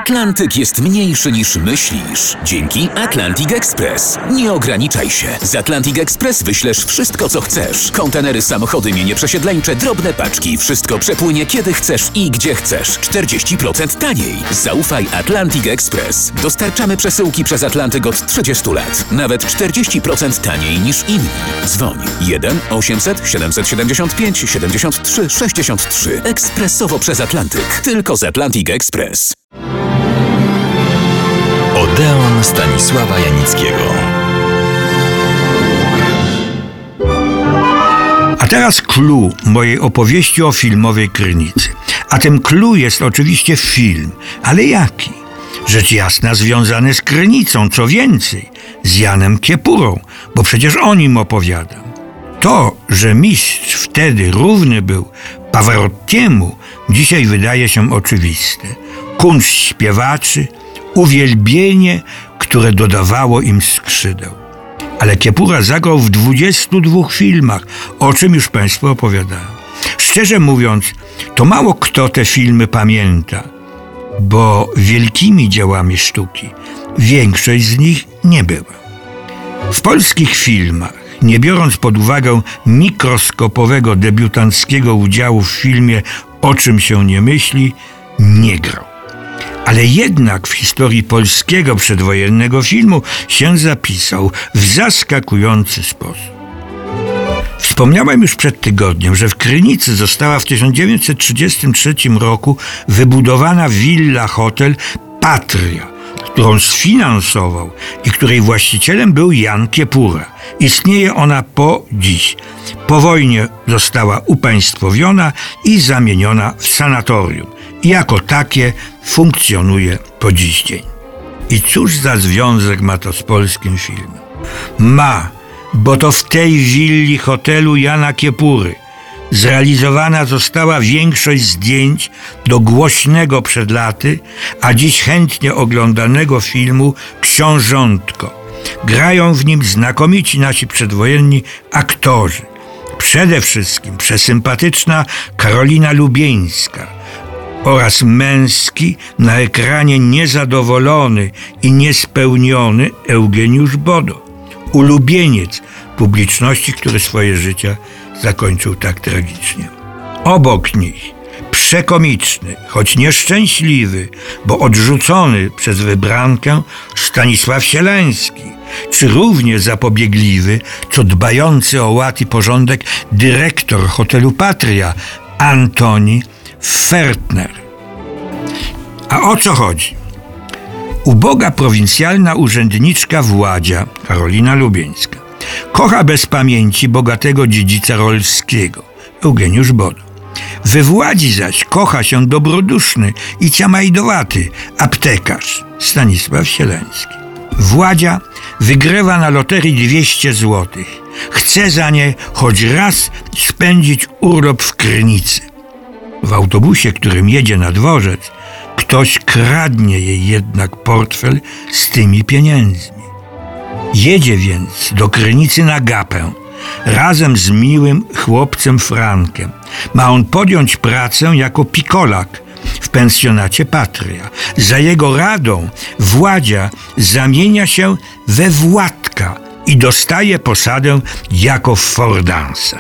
Atlantyk jest mniejszy niż myślisz. Dzięki Atlantic Express. Nie ograniczaj się. Z Atlantic Express wyślesz wszystko, co chcesz. Kontenery, samochody, mienie przesiedleńcze, drobne paczki. Wszystko przepłynie kiedy chcesz i gdzie chcesz. 40% taniej. Zaufaj Atlantic Express. Dostarczamy przesyłki przez Atlantyk od 30 lat. Nawet 40% taniej niż inni. Dzwoń 1 800 775 73 63. Ekspresowo przez Atlantyk. Tylko z Atlantic Express. Odeon Stanisława Janickiego. A teraz clou mojej opowieści o filmowej Krynicy. A tym clou jest oczywiście film. Ale jaki? Rzecz jasna związany z Krynicą, co więcej, z Janem Kiepurą, bo przecież o nim opowiadam. To, że mistrz wtedy równy był Pawarottiemu, dzisiaj wydaje się oczywiste. Kunszt śpiewaczy, uwielbienie, które dodawało im skrzydeł. Ale Kiepura zagrał w 22 filmach, o czym już Państwu opowiadałem. Szczerze mówiąc, to mało kto te filmy pamięta, bo wielkimi dziełami sztuki większość z nich nie była. W polskich filmach, nie biorąc pod uwagę mikroskopowego debiutanckiego udziału w filmie O czym się nie myśli, nie grał. Ale jednak w historii polskiego przedwojennego filmu się zapisał w zaskakujący sposób. Wspomniałem już przed tygodniem, że w Krynicy została w 1933 roku wybudowana willa hotel Patria, którą sfinansował i której właścicielem był Jan Kiepura. Istnieje ona po dziś. Po wojnie została upaństwowiona i zamieniona w sanatorium. I jako takie funkcjonuje po dziś dzień. I cóż za związek ma to z polskim filmem? Ma, bo to w tej willi hotelu Jana Kiepury zrealizowana została większość zdjęć do głośnego przed laty, a dziś chętnie oglądanego filmu Książątko. Grają w nim znakomici nasi przedwojenni aktorzy. Przede wszystkim przesympatyczna Karolina Lubieńska oraz męski, na ekranie niezadowolony i niespełniony Eugeniusz Bodo. Ulubieniec publiczności, który swoje życie zakończył tak tragicznie. Obok nich przekomiczny, choć nieszczęśliwy, bo odrzucony przez wybrankę Stanisław Sielański, czy równie zapobiegliwy, co dbający o ład i porządek dyrektor hotelu Patria Antoni Fertner. A o co chodzi? Uboga prowincjalna urzędniczka Władzia, Karolina Lubieńska, kocha bez pamięci bogatego dziedzica rolskiego, Eugeniusz Bodo. We Władzi zaś kocha się dobroduszny i ciamajdowaty aptekarz Stanisław Sielański. Władzia wygrywa na loterii 200 złotych. Chce za nie choć raz spędzić urlop w Krynicy. W autobusie, którym jedzie na dworzec, ktoś kradnie jej jednak portfel z tymi pieniędzmi. Jedzie więc do Krynicy na gapę, razem z miłym chłopcem Frankiem. Ma on podjąć pracę jako pikolak w pensjonacie Patria. Za jego radą Władzia zamienia się we Władka i dostaje posadę jako fordancer.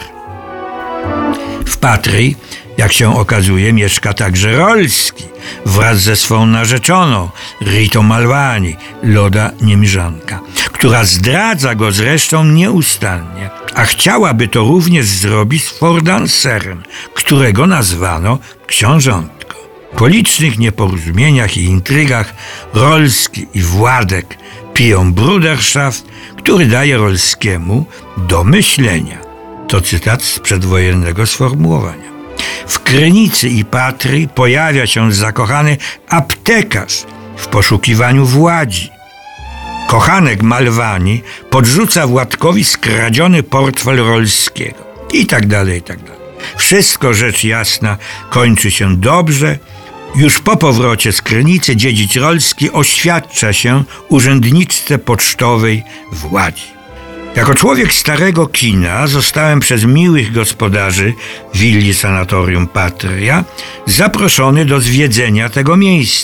W Patrii, jak się okazuje, mieszka także Rolski wraz ze swą narzeczoną Ritą Malvani, Loda Niemżanka, która zdradza go zresztą nieustannie, a chciałaby to również zrobić z fordancerem, którego nazwano Książątko. Po licznych nieporozumieniach i intrygach Rolski i Władek piją bruderschaft, który daje Rolskiemu do myślenia. To cytat z przedwojennego sformułowania. W Krynicy i Patrii pojawia się zakochany aptekarz w poszukiwaniu Władzi. Kochanek Malvani podrzuca Władkowi skradziony portfel Rolskiego. I tak dalej, i tak dalej. Wszystko, rzecz jasna, kończy się dobrze. Już po powrocie z Krynicy dziedzic Rolski oświadcza się urzędniczce pocztowej Władzi. Jako człowiek starego kina zostałem przez miłych gospodarzy willi sanatorium Patria zaproszony do zwiedzenia tego miejsca.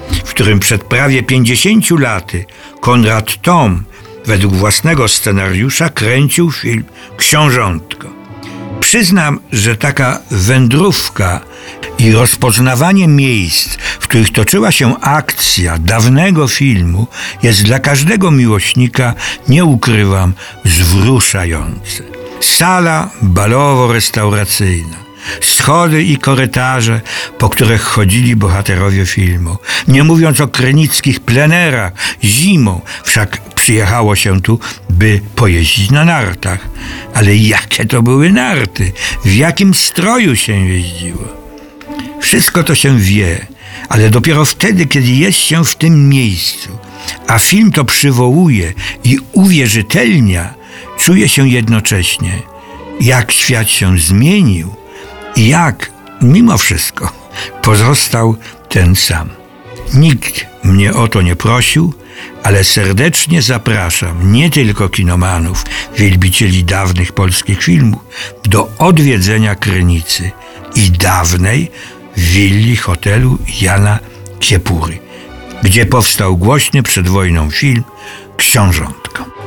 w którym przed prawie 50 laty Konrad Thom według własnego scenariusza kręcił film Książątko. Przyznam, że taka wędrówka i rozpoznawanie miejsc, w których toczyła się akcja dawnego filmu, jest dla każdego miłośnika, nie ukrywam, wzruszające. Sala balowo-restauracyjna, schody i korytarze, po których chodzili bohaterowie filmu. Nie mówiąc o krenickich plenerach zimą, wszak przyjechało się tu, by pojeździć na nartach. Ale jakie to były narty? W jakim stroju się jeździło? Wszystko to się wie, ale dopiero wtedy, kiedy jest się w tym miejscu, a film to przywołuje i uwierzytelnia, czuje się jednocześnie, jak świat się zmienił i jak, mimo wszystko, pozostał ten sam. Nikt mnie o to nie prosił, ale serdecznie zapraszam nie tylko kinomanów, wielbicieli dawnych polskich filmów, do odwiedzenia Krynicy i dawnej willi hotelu Jana Kiepury, gdzie powstał głośny przed wojną film Książątko.